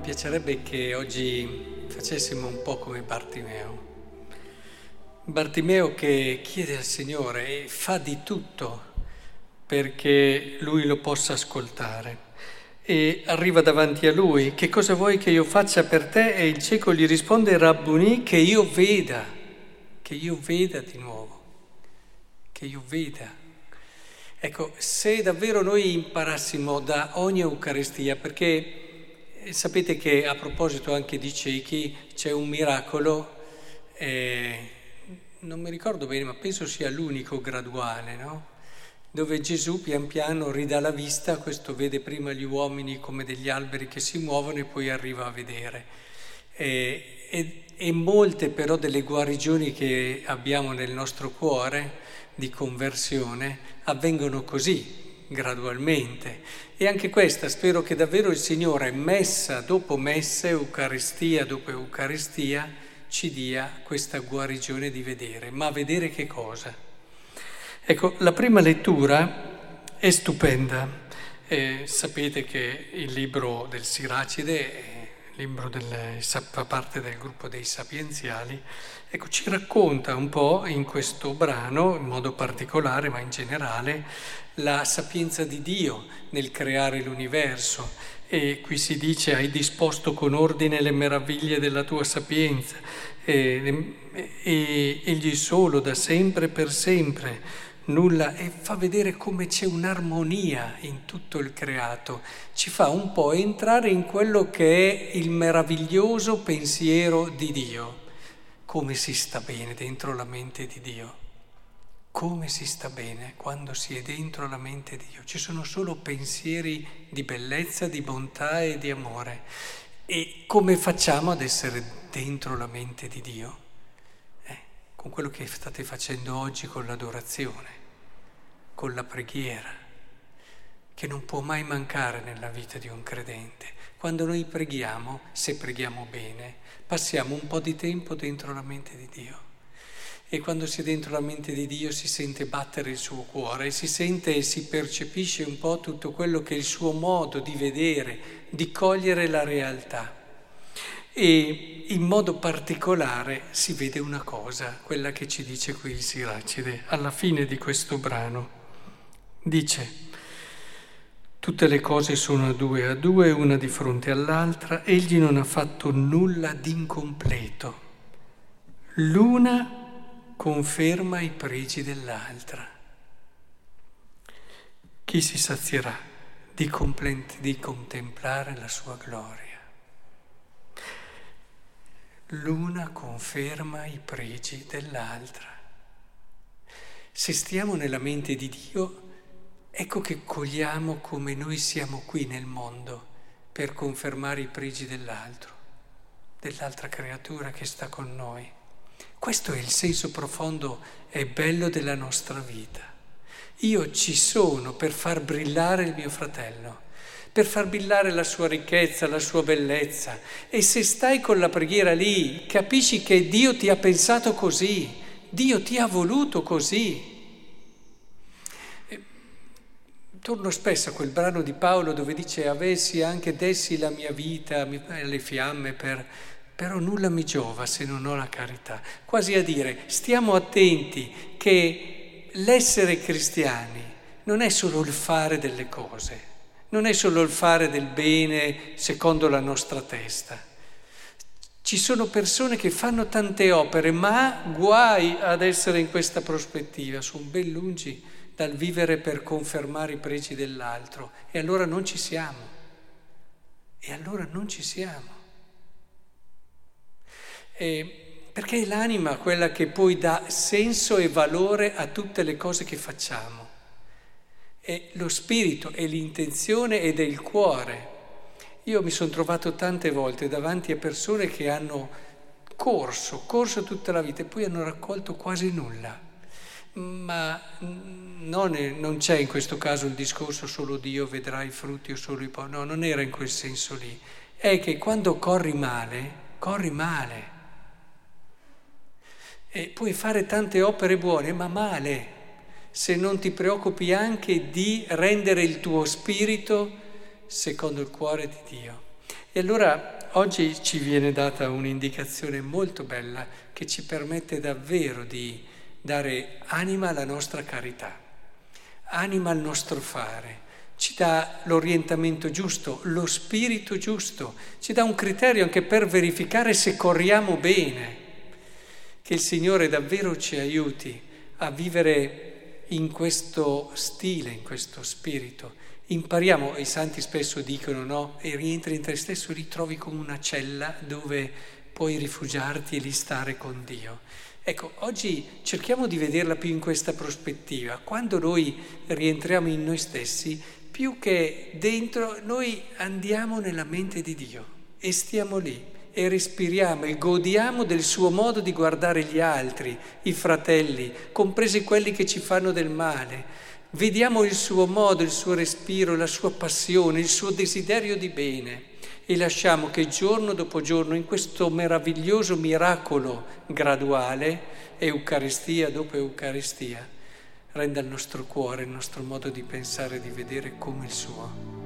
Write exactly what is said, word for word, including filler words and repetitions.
piacerebbe che oggi facessimo un po' come Bartimeo. Bartimeo che chiede al Signore e fa di tutto perché lui lo possa ascoltare. E arriva davanti a lui: che cosa vuoi che io faccia per te? E il cieco gli risponde: Rabbuni, che io veda, che io veda di nuovo, che io veda. Ecco, se davvero noi imparassimo da ogni Eucaristia, perché sapete che a proposito anche di ciechi c'è un miracolo, eh, non mi ricordo bene, ma penso sia l'unico graduale, no? Dove Gesù pian piano ridà la vista, questo vede prima gli uomini come degli alberi che si muovono e poi arriva a vedere. E, e, e molte però delle guarigioni che abbiamo nel nostro cuore di conversione avvengono così, gradualmente. E anche questa, spero che davvero il Signore, messa dopo messa, Eucaristia dopo Eucaristia, ci dia questa guarigione di vedere. Ma vedere che cosa? Ecco, la prima lettura è stupenda. Eh, sapete che il libro del Siracide, il libro del, fa parte del gruppo dei sapienziali, ecco, ci racconta un po' in questo brano, in modo particolare, ma in generale, la sapienza di Dio nel creare l'universo. E qui si dice: hai disposto con ordine le meraviglie della tua sapienza, e, e egli solo, da sempre per sempre, nulla, e fa vedere come c'è un'armonia in tutto il creato, ci fa un po' entrare in quello che è il meraviglioso pensiero di Dio. Come si sta bene dentro la mente di Dio, come si sta bene quando si è dentro la mente di Dio. Ci sono solo pensieri di bellezza, di bontà e di amore. E come facciamo ad essere dentro la mente di Dio? Eh, con quello che state facendo oggi con l'adorazione, con la preghiera, che non può mai mancare nella vita di un credente. Quando noi preghiamo, se preghiamo bene, passiamo un po' di tempo dentro la mente di Dio. E quando si è dentro la mente di Dio si sente battere il suo cuore, si sente e si percepisce un po' tutto quello che è il suo modo di vedere, di cogliere la realtà. E in modo particolare si vede una cosa, quella che ci dice qui il Siracide, alla fine di questo brano. Dice: tutte le cose sono a due a due, una di fronte all'altra, egli non ha fatto nulla d'incompleto. L'una conferma i pregi dell'altra. Chi si sazierà di, compl- di contemplare la sua gloria? L'una conferma i pregi dell'altra. Se stiamo nella mente di Dio, ecco che cogliamo come noi siamo qui nel mondo per confermare i pregi dell'altro, dell'altra creatura che sta con noi. Questo è il senso profondo e bello della nostra vita. Io ci sono per far brillare il mio fratello, per far brillare la sua ricchezza, la sua bellezza. E se stai con la preghiera lì, capisci che Dio ti ha pensato così, Dio ti ha voluto così. Torno spesso a quel brano di Paolo dove dice: avessi anche dessi la mia vita alle fiamme, per, però nulla mi giova se non ho la carità. Quasi a dire, stiamo attenti che l'essere cristiani non è solo il fare delle cose, non è solo il fare del bene secondo la nostra testa. Ci sono persone che fanno tante opere, ma guai ad essere in questa prospettiva, sono ben lungi dal vivere per confermare i pregi dell'altro. E allora non ci siamo. E allora non ci siamo. E perché è l'anima quella che poi dà senso e valore a tutte le cose che facciamo. È lo spirito, è l'intenzione ed è il cuore. Io mi sono trovato tante volte davanti a persone che hanno corso, corso tutta la vita e poi hanno raccolto quasi nulla. Ma non, è, non c'è in questo caso il discorso solo Dio vedrà i frutti o solo i poveri. No, non era in quel senso lì. È che quando corri male, corri male. E puoi fare tante opere buone, ma male, se non ti preoccupi anche di rendere il tuo spirito secondo il cuore di Dio. E allora oggi ci viene data un'indicazione molto bella che ci permette davvero di dare anima alla nostra carità, anima al nostro fare, ci dà l'orientamento giusto, lo spirito giusto, ci dà un criterio anche per verificare se corriamo bene. Che il Signore davvero ci aiuti a vivere in questo stile, in questo spirito. Impariamo, i santi spesso dicono, no? E rientri in te stesso, ritrovi come una cella dove puoi rifugiarti e lì stare con Dio. Ecco, oggi cerchiamo di vederla più in questa prospettiva. Quando noi rientriamo in noi stessi, più che dentro, noi andiamo nella mente di Dio e stiamo lì e respiriamo e godiamo del suo modo di guardare gli altri, i fratelli, compresi quelli che ci fanno del male. Vediamo il suo modo, il suo respiro, la sua passione, il suo desiderio di bene e lasciamo che giorno dopo giorno in questo meraviglioso miracolo graduale, Eucaristia dopo Eucaristia, renda il nostro cuore, il nostro modo di pensare e di vedere come il suo.